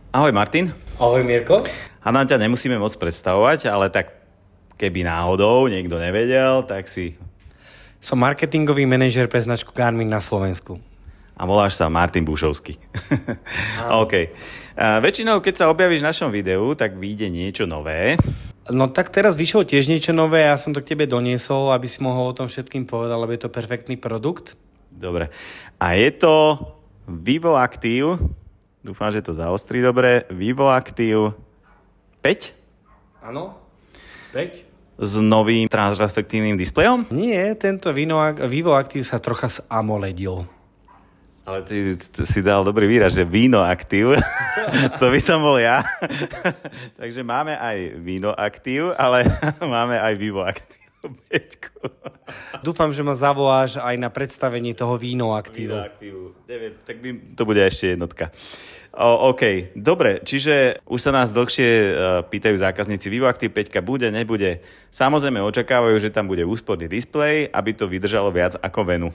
Ahoj Martin. Ahoj Mirko. Hádam ťa nemusíme moc predstavovať, ale tak keby náhodou niekto nevedel, tak si... Som marketingový manažer pre značku Garmin na Slovensku. A voláš sa Martin Bušovský. OK. Väčšinou, keď sa objavíš v našom videu, tak vyjde niečo nové. No tak teraz vyšlo tiež niečo nové, ja som to k tebe doniesol, aby si mohol o tom všetkým povedať, lebo je to perfektný produkt. Dobre. A je to Vivo Active... Dúfam, že to zaostrí dobre. Vivo Active 5? Áno, 5. S novým transreflektívnym displejom? Nie, tento Vivo Active sa trocha zamoledil. Ale ty si dal dobrý výraz, že Vino Active. To by som bol ja. Takže máme aj Vino Active, ale máme aj Vivo Active 5. Dúfam, že ma zavoláš aj na predstavení toho Vino Active. Vino Active 9, tak to bude ešte jednotka. OK, dobre, čiže už sa nás dlhšie pýtajú zákazníci, Vivo Active 5 bude, nebude. Samozrejme očakávajú, že tam bude úsporný displej, aby to vydržalo viac ako Venu.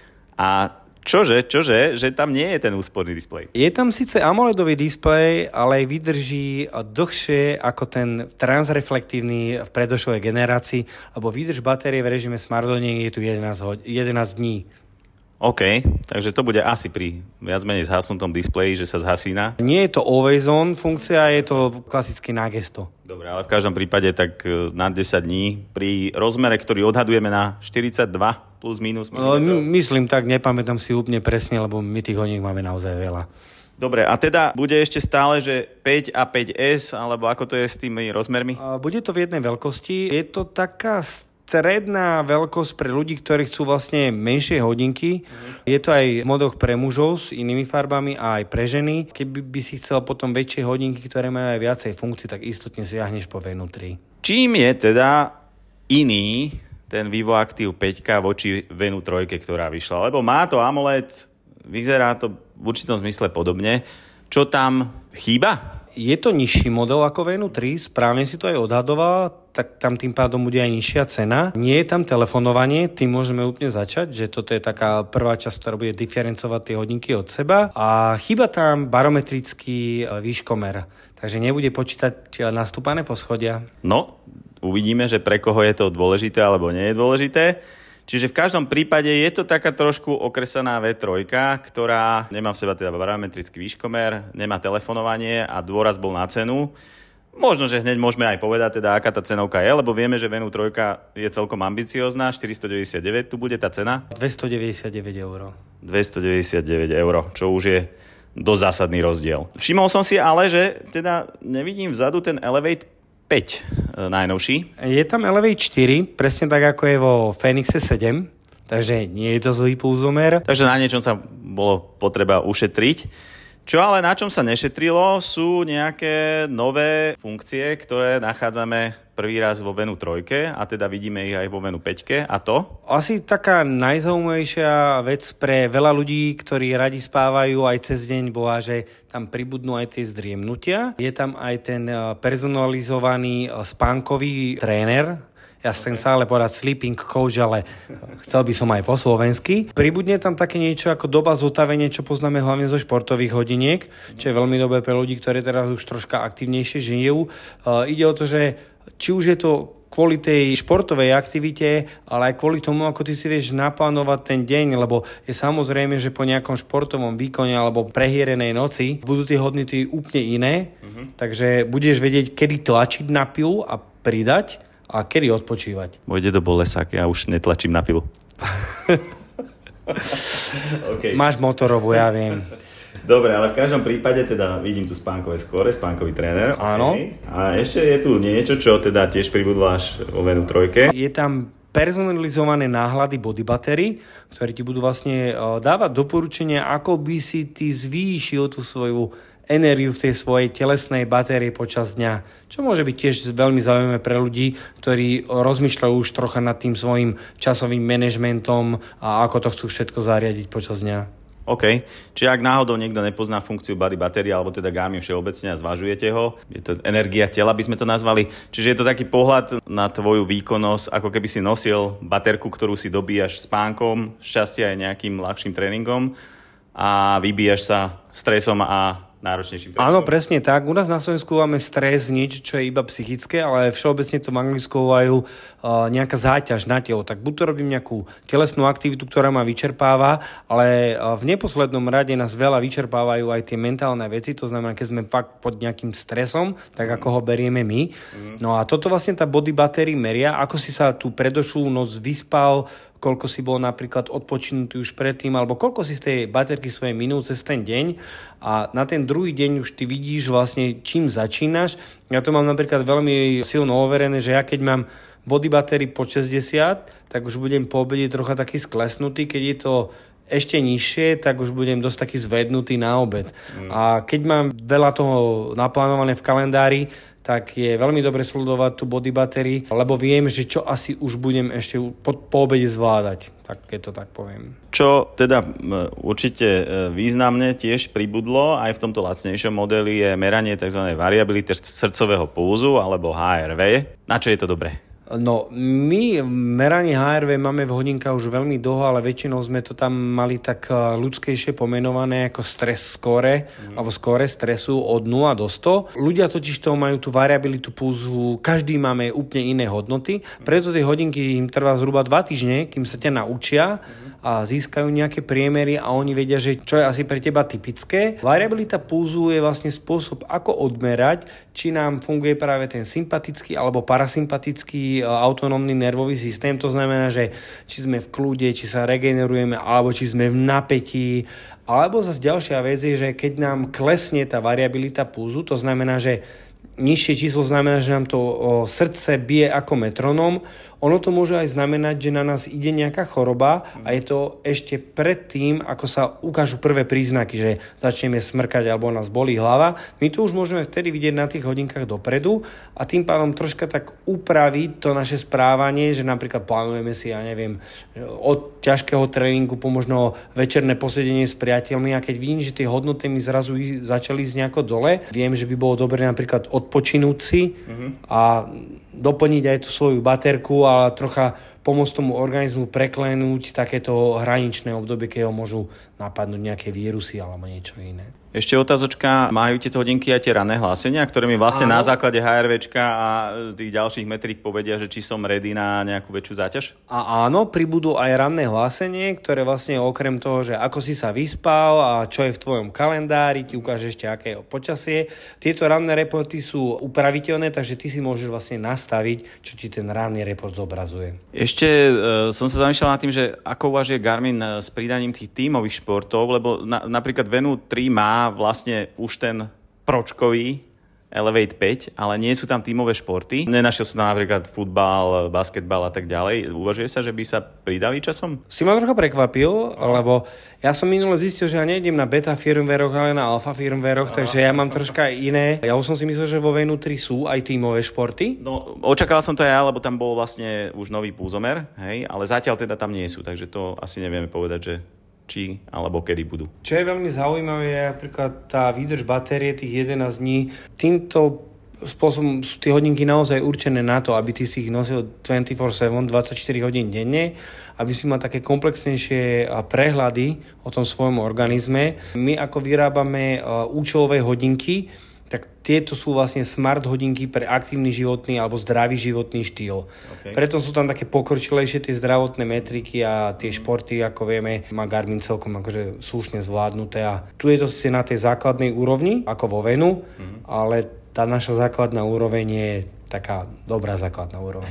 A čože, že tam nie je ten úsporný displej? Je tam síce AMOLEDový displej, ale vydrží dlhšie ako ten transreflektívny v predošlej generácii, lebo výdrž batérie v režime Smart On je tu 11 dní. OK, takže to bude asi pri viac menej zhasnutom displeji, že sa zhasína. Nie je to always on funkcia, je to klasicky na gesto. Dobre, ale v každom prípade tak na 10 dní pri rozmere, ktorý odhadujeme na 42 plus minus. Myslím tak, nepamätám si úplne presne, lebo my tých hodín máme naozaj veľa. Dobre, a teda bude ešte stále, že 5 a 5S, alebo ako to je s tými rozmermi? Bude to v jednej veľkosti. Je to taká stredná veľkosť pre ľudí, ktorí chcú vlastne menšie hodinky. Je to aj v modoch pre mužov s inými farbami a aj pre ženy. Keby by si chcel potom väčšie hodinky, ktoré majú aj viacej funkcií, tak istotne siahneš po Venu 3. Čím je teda iný ten Vivo Active 5 voči Venu 3, ktorá vyšla? Lebo má to AMOLED, vyzerá to v určitom zmysle podobne. Čo tam chýba? Je to nižší model ako Venu 3, správne si to aj odhadoval, tak tam tým pádom bude aj nižšia cena. Nie je tam telefonovanie, tým môžeme úplne začať, že toto je taká prvá časť, ktorá bude diferencovať tie hodinky od seba. A chýba tam barometrický výškomer, takže nebude počítať nastúpané poschodia. No, uvidíme, že pre koho je to dôležité alebo nie je dôležité. Čiže v každom prípade je to taká trošku okresaná V3, ktorá nemá v seba teda barometrický výškomer, nemá telefonovanie a dôraz bol na cenu. Možno, že hneď môžeme aj povedať, teda, aká tá cenovka je, lebo vieme, že Venu 3 je celkom ambiciozná, 499, tu bude tá cena? 299 €. 299 €, čo už je dosť zásadný rozdiel. Všimol som si ale, že teda nevidím vzadu ten Elevate 5 najnovší. Je tam Elevate 4, presne tak ako je vo Fenixe 7, takže nie je to zlý pulzomer. Takže na niečom sa bolo potreba ušetriť. Čo ale na čom sa nešetrilo, sú nejaké nové funkcie, ktoré nachádzame prvý raz vo Venu 3 a teda vidíme ich aj vo Venu 5 a to? Asi taká najzaujímavejšia vec pre veľa ľudí, ktorí radi spávajú aj cez deň, bola, že tam pribudnú aj tie zdriemnutia. Je tam aj ten personalizovaný spánkový tréner. Ja chcem sa ale povedať sleeping coach, ale chcel by som aj po slovensky. Pribudne tam také niečo ako doba zotavenia, čo poznáme hlavne zo športových hodiniek, čo je veľmi dobré pre ľudí, ktorí teraz už troška aktívnejšie žijú. Ide o to, že či už je to kvôli tej športovej aktivite, ale aj kvôli tomu, ako ty si vieš naplánovať ten deň, lebo je samozrejme, že po nejakom športovom výkone alebo prehierenej noci budú tie hodnoty úplne iné, takže budeš vedieť, kedy tlačiť na pilu a pridať, a kedy odpočívať. Môj dedo bol lesák, ja už netlačím na pilu. Okay. Máš motorovú, ja viem. Dobre, ale v každom prípade teda vidím tu spánkové skóre, spánkový tréner. Áno. Okay. A ešte je tu niečo, čo teda tiež pribudlo až vo Venu 3. Je tam personalizované náhľady body battery, ktoré ti budú vlastne dávať doporučenia, ako by si ty zvýšil tú svoju energiu v tej svojej telesnej batérii počas dňa, čo môže byť tiež veľmi zaujímavé pre ľudí, ktorí rozmýšľajú už trocha nad tým svojim časovým manažmentom a ako to chcú všetko zariadiť počas dňa. OK, čiže ak náhodou niekto nepozná funkciu body batérie, alebo teda Garmin všeobecne a zvažujete ho, je to energia tela, by sme to nazvali, čiže je to taký pohľad na tvoju výkonnosť, ako keby si nosil baterku, ktorú si dobíjaš spánkom, šťastie aj nejakým ľahším tréningom a vybíjaš sa stresom a náročnejším. Áno, presne tak. U nás na Slovensku máme stres, nič, čo je iba psychické, ale všeobecne to v Anglicku volajú nejaká záťaž na telo. Tak buď to robím nejakú telesnú aktivitu, ktorá ma vyčerpáva, ale v neposlednom rade nás veľa vyčerpávajú aj tie mentálne veci, to znamená, keď sme fakt pod nejakým stresom, tak ako ho berieme my. No a toto vlastne tá body battery meria, ako si sa tú predošlú noc vyspal, koľko si bol napríklad odpočinutý už predtým, alebo koľko si z tej baterky svojej minul cez ten deň a na ten druhý deň už ty vidíš vlastne, čím začínaš. Ja to mám napríklad veľmi silno overené, že ja keď mám body battery po 60, tak už budem po obede trocha taký sklesnutý, keď je to ešte nižšie, tak už budem dosť taký zvednutý na obed. A keď mám veľa toho naplánované v kalendári, tak je veľmi dobre sledovať tú body battery, lebo viem, že čo asi už budem ešte po obede zvládať, tak keď to tak poviem. Čo teda určite významne tiež pribudlo aj v tomto lacnejšom modeli je meranie tzv. Variability srdcového pulzu alebo HRV. Na čo je to dobré? No, my meranie HRV máme v hodinkách už veľmi dlho, ale väčšinou sme to tam mali tak ľudskejšie pomenované ako stres score, alebo score stresu od 0 do 100. Ľudia totiž to majú tú variabilitu pulzu, každý máme úplne iné hodnoty, preto tie hodinky im trvá zhruba 2 týždne, kým sa ťa naučia a získajú nejaké priemery a oni vedia, že čo je asi pre teba typické. Variabilita pulzu je vlastne spôsob, ako odmerať, či nám funguje práve ten sympatický alebo parasympatický autonómny nervový systém. To znamená, že či sme v kľude, či sa regenerujeme, alebo či sme v napätí. Alebo zase ďalšia vec je, že keď nám klesne tá variabilita pulzu, to znamená, že nižšie číslo znamená, že nám to srdce bije ako metronóm. Ono to môže aj znamenať, že na nás ide nejaká choroba a je to ešte predtým, ako sa ukážu prvé príznaky, že začneme smrkať alebo nás bolí hlava. My to už môžeme vtedy vidieť na tých hodinkách dopredu a tým pádom troška tak upraviť to naše správanie, že napríklad plánujeme si, ja neviem, od ťažkého tréningu po možno večerné posedenie s priateľmi a keď vidím, že tie hodnoty mi zrazu začali ísť nejako dole, viem, že by bolo dobre napríklad odpočinúť si a doplniť aj tú svoju baterku a trocha pomôcť tomu organizmu preklenúť takéto hraničné obdobie, keď ho môžu napadnúť nejaké vírusy alebo niečo iné. Ešte otázočka, majú tieto hodinky aj tie ranné hlásenia, ktoré mi vlastne na základe HRVčka a tých ďalších metrík povedia, že či som ready na nejakú väčšiu záťaž? A áno, pribudú aj ranné hlásenie, ktoré vlastne okrem toho, že ako si sa vyspal a čo je v tvojom kalendári, ti ukáže ešte aké je počasie. Tieto ranné reporty sú upraviteľné, takže ty si môžeš vlastne nastaviť, čo ti ten ranný report zobrazuje. Ešte som sa zamýšľal nad tým, že ako uvažuje Garmin s pridaním tých tímových športov, lebo napríklad Venu 3 má vlastne už ten pročkový Elevate 5, ale nie sú tam tímové športy. Nenašiel som tam napríklad futbal, basketbal a tak ďalej. Uvažuje sa, že by sa pridali časom? Si ma trocha prekvapil, lebo ja som minule zistil, že ja nejdem na beta firmwareoch, ale na alfa firmwareoch, takže ja mám troška iné. Ja už som si myslel, že vo Venu 3 sú aj tímové športy. No, očakával som to aj ja, lebo tam bol vlastne už nový pulzomer, hej, ale zatiaľ teda tam nie sú, takže to asi nevieme povedať, že či alebo kedy budú. Čo je veľmi zaujímavé je napríklad tá výdrž batérie tých 11 dní. Týmto spôsobom sú tie hodinky naozaj určené na to, aby ty si ich nosil 24/7, 24 hodín denne, aby si mal také komplexnejšie prehľady o tom svojom organizme. My ako vyrábame účelové hodinky, tak tieto sú vlastne smart hodinky pre aktívny životný alebo zdravý životný štýl. Okay. Preto sú tam také pokročilejšie tie zdravotné metriky a tie športy, ako vieme, má Garmin celkom akože slušne zvládnuté a tu je to si na tej základnej úrovni, ako vo Venu, ale tá naša základná úroveň je taká dobrá základná úroveň.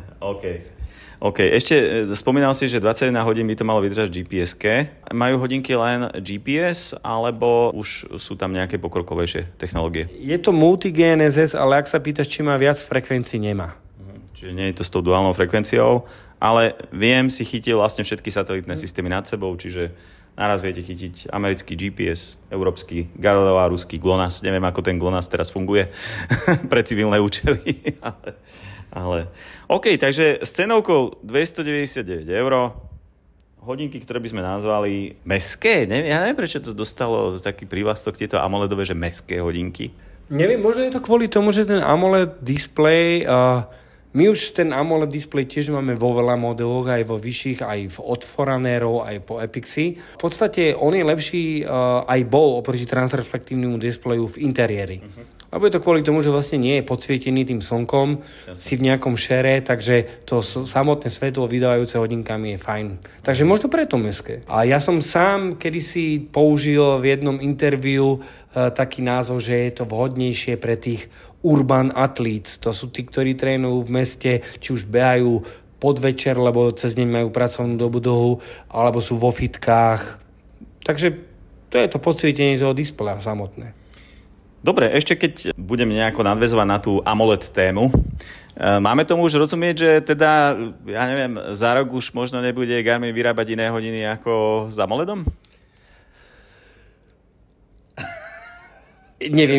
OK. Ešte spomínal si, že 21 hodín by to malo vydržať v GPS-ke. Majú hodinky len GPS, alebo už sú tam nejaké pokrokovejšie technológie? Je to multi-GNSS, ale ak sa pýtaš, či má viac frekvencií, nemá. Čiže nie je to s tou duálnou frekvenciou, ale viem si chytiť vlastne všetky satelitné systémy nad sebou, čiže naraz viete chytiť americký GPS, európsky Galileo a ruský GLONASS. Neviem, ako ten GLONASS teraz funguje pre civilné účely, ale OK, takže s cenovkou 299 €, hodinky, ktoré by sme nazvali mestské. Ja neviem, prečo to dostalo taký prívlastok tieto AMOLEDové, že mestské hodinky. Neviem, možno je to kvôli tomu, že ten AMOLED display My už ten AMOLED display tiež máme vo veľa modeloch, aj vo vyšších, aj od Foranerov, aj po Epixy. V podstate on je lepší aj bol oproti transreflektívnemu displeju v interiéri. Lebo je to kvôli tomu, že vlastne nie je podsvietený tým slnkom, si v nejakom šere, takže to samotné svetlo vydávajúce hodinkami je fajn. Takže možno preto mestské. A ja som sám kedysi použil v jednom interviu taký názov, že je to vhodnejšie pre tých urban athletes. To sú tí, ktorí trénujú v meste, či už behajú podvečer, lebo cez deň majú pracovnú dobu dlhú, alebo sú vo fitkách. Takže to je to podsvietenie toho displeja samotné. Dobre, ešte keď budem nejako nadväzovať na tú AMOLED tému, máme tomu už rozumieť, že teda, ja neviem, za rok už možno nebude Garmin vyrábať iné hodiny ako s AMOLEDom? Neviem,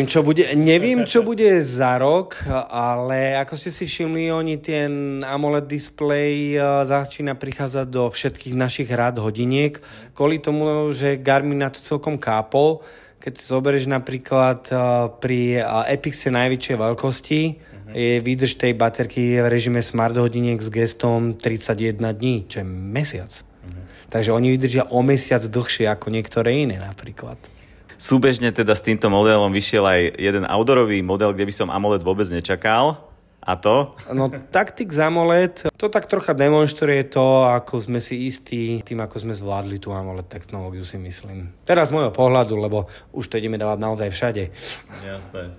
čo bude za rok, ale ako ste si všimli, oni ten AMOLED display začína prichádzať do všetkých našich rád hodiniek, kvôli tomu, že Garmin na to celkom kápol. Keď si zoberieš napríklad pri Epixe najväčšej veľkosti, je výdrž tej baterky v režime smart hodiniek s gestom 31 dní, čo je mesiac. Takže oni vydržia o mesiac dlhšie ako niektoré iné napríklad. Súbežne teda s týmto modelom vyšiel aj jeden outdoorový model, kde by som AMOLED vôbec nečakal. A to? No, Tactix AMOLED, to tak trocha demonstruje to, ako sme si istí tým, ako sme zvládli tú AMOLED technológiu, si myslím. Teraz z môjho pohľadu, lebo už to ideme dávať naozaj všade. Jasné.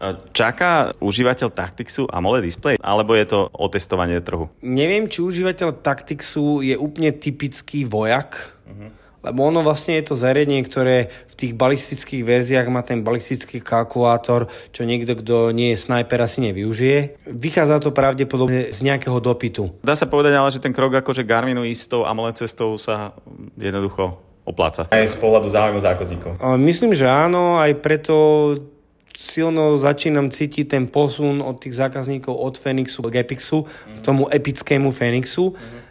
Čaká užívateľ Tactixu AMOLED display, alebo je to otestovanie trhu? Neviem, či užívateľ Tactixu je úplne typický vojak, lebo ono vlastne je to zariadenie, ktoré v tých balistických verziách má ten balistický kalkulátor, čo niekto, kto nie je snajper, asi nevyužije. Vychádza to pravdepodobne z nejakého dopytu. Dá sa povedať ale, že ten krok akože Garminu ísť s tou AMOLED cestou sa jednoducho opláca. Aj z pohľadu záujmu zákazníkov. Myslím, že áno, aj preto silno začínam cítiť ten posun od tých zákazníkov od Fenixu k Epixu, k tomu epickému Fenixu.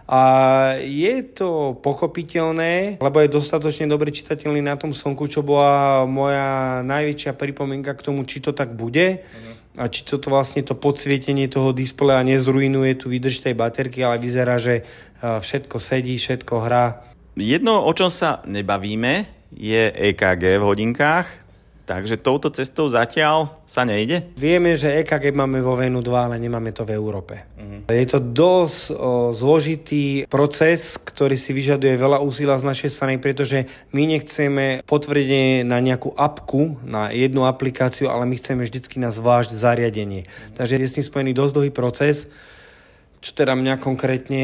A je to pochopiteľné, lebo je dostatočne dobre čitateľný na tom slnku, čo bola moja najväčšia pripomienka k tomu, či to tak bude a či toto vlastne to podsvietenie toho displeja nezruinuje tú výdrž tej baterky, ale vyzerá, že všetko sedí, všetko hrá. Jedno, o čom sa nebavíme, je EKG v hodinkách. Takže touto cestou zatiaľ sa nejde? Vieme, že EKG máme vo Venu 2, ale nemáme to v Európe. Je to dosť zložitý proces, ktorý si vyžaduje veľa úsilia z našej strany, pretože my nechceme potvrdenie na nejakú apku, na jednu aplikáciu, ale my chceme vždycky na zvlášť zariadenie. Takže je s tým spojený dosť dlhý proces, čo teda mňa konkrétne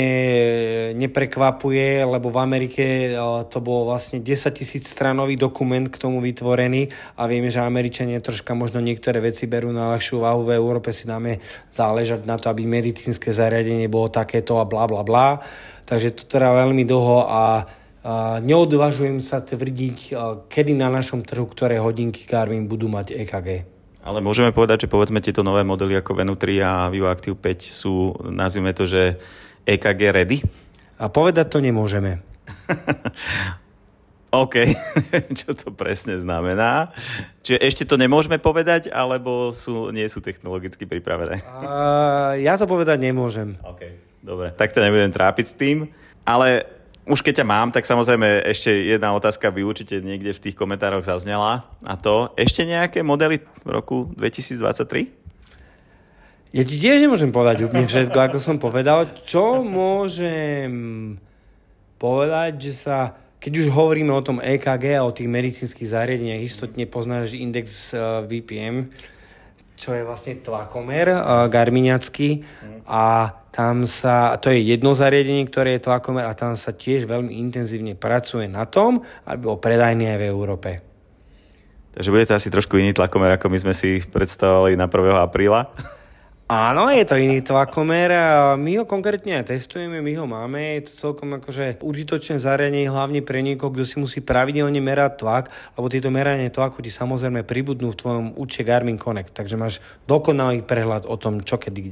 neprekvapuje, lebo v Amerike to bol vlastne 10 000 stranový dokument k tomu vytvorený a vieme, že Američania troška možno niektoré veci berú na ľahšiu váhu. V Európe si dáme záležať na to, aby medicínske zariadenie bolo takéto a bla bla bla. Takže to teda veľmi dlho a neodvážujem sa tvrdiť, kedy na našom trhu ktoré hodinky Garmin budú mať EKG. Ale môžeme povedať, že povedzme tieto nové modely ako Venu 3 a Vivo Active 5 sú, nazvime to, že EKG ready? A povedať to nemôžeme. OK, čo to presne znamená? Čiže ešte to nemôžeme povedať, alebo nie sú technologicky pripravené? Ja to povedať nemôžem. OK, dobre, tak to nebudem trápiť s tým, ale už keď ťa mám, tak samozrejme ešte jedna otázka by určite niekde v tých komentároch zaznela. A to, ešte nejaké modely v roku 2023? Ja ti tiež nemôžem povedať úplne všetko, ako som povedal. Čo môžem povedať, že sa, keď už hovoríme o tom EKG a o tých medicínskych zariadeniach, istotne poznáš index VPM, čo je vlastne tlakomer garminiacký a tam to je jedno zariadenie, ktoré je tlakomer a tam sa tiež veľmi intenzívne pracuje na tom, aby bol predajný aj v Európe. Takže bude to asi trošku iný tlakomer, ako my sme si predstavovali na 1. apríla? Áno, je to iný tlakomer a my ho konkrétne aj testujeme, my ho máme, je to celkom akože užitočné zariadenie hlavne pre niekoho, kto si musí pravidelne merať tlak, lebo tieto meranie tlaku ti samozrejme pribudnú v tvojom účte Garmin Connect, takže máš dokonalý prehľad o tom, čo kedy kde.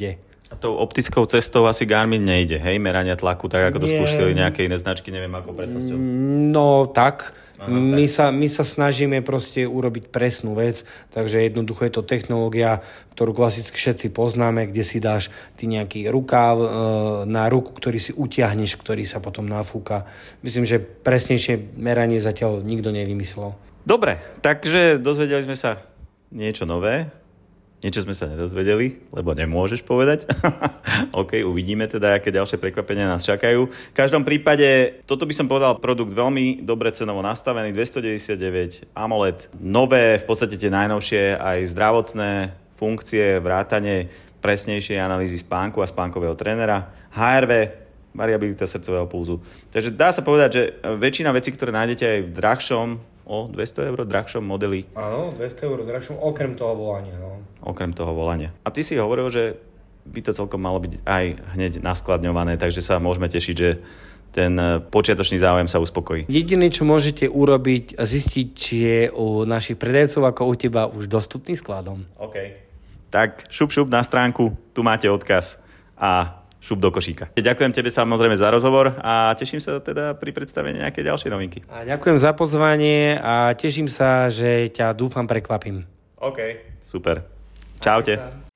A tou optickou cestou asi Garmin nejde, hej? Merania tlaku, tak ako to skúšali nejaké iné značky, neviem ako presnosťou. No tak, my sa snažíme proste urobiť presnú vec, takže jednoducho je to technológia, ktorú klasicky všetci poznáme, kde si dáš ty nejaký rukáv na ruku, ktorý si utiahneš, ktorý sa potom nafúka. Myslím, že presnejšie meranie zatiaľ nikto nevymyslel. Dobre, takže dozvedeli sme sa niečo nové. Niečo sme sa nedozvedeli, lebo nemôžeš povedať. OK, uvidíme teda, aké ďalšie prekvapenia nás čakajú. V každom prípade, toto by som povedal, produkt veľmi dobre cenovo nastavený, 299 AMOLED, nové, v podstate tie najnovšie aj zdravotné funkcie, vrátane presnejšej analýzy spánku a spánkového trénera, HRV, variabilita srdcového pulzu. Takže dá sa povedať, že väčšina vecí, ktoré nájdete aj v drahšom, o 200 € drahšom modeli. Áno, 200 € drahšom, okrem toho volania. No. Okrem toho volania. A ty si hovoril, že by to celkom malo byť aj hneď naskladňované, takže sa môžeme tešiť, že ten počiatočný záujem sa uspokojí. Jediné, čo môžete urobiť, zistiť, či je u našich predajcov ako u teba už dostupný skladom. OK. Tak šup na stránku, tu máte odkaz a šup do košíka. Ďakujem tebe samozrejme za rozhovor a teším sa teda pri predstavení nejakej ďalšej novinky. A ďakujem za pozvanie a teším sa, že ťa dúfam prekvapím. OK, super. Čaute.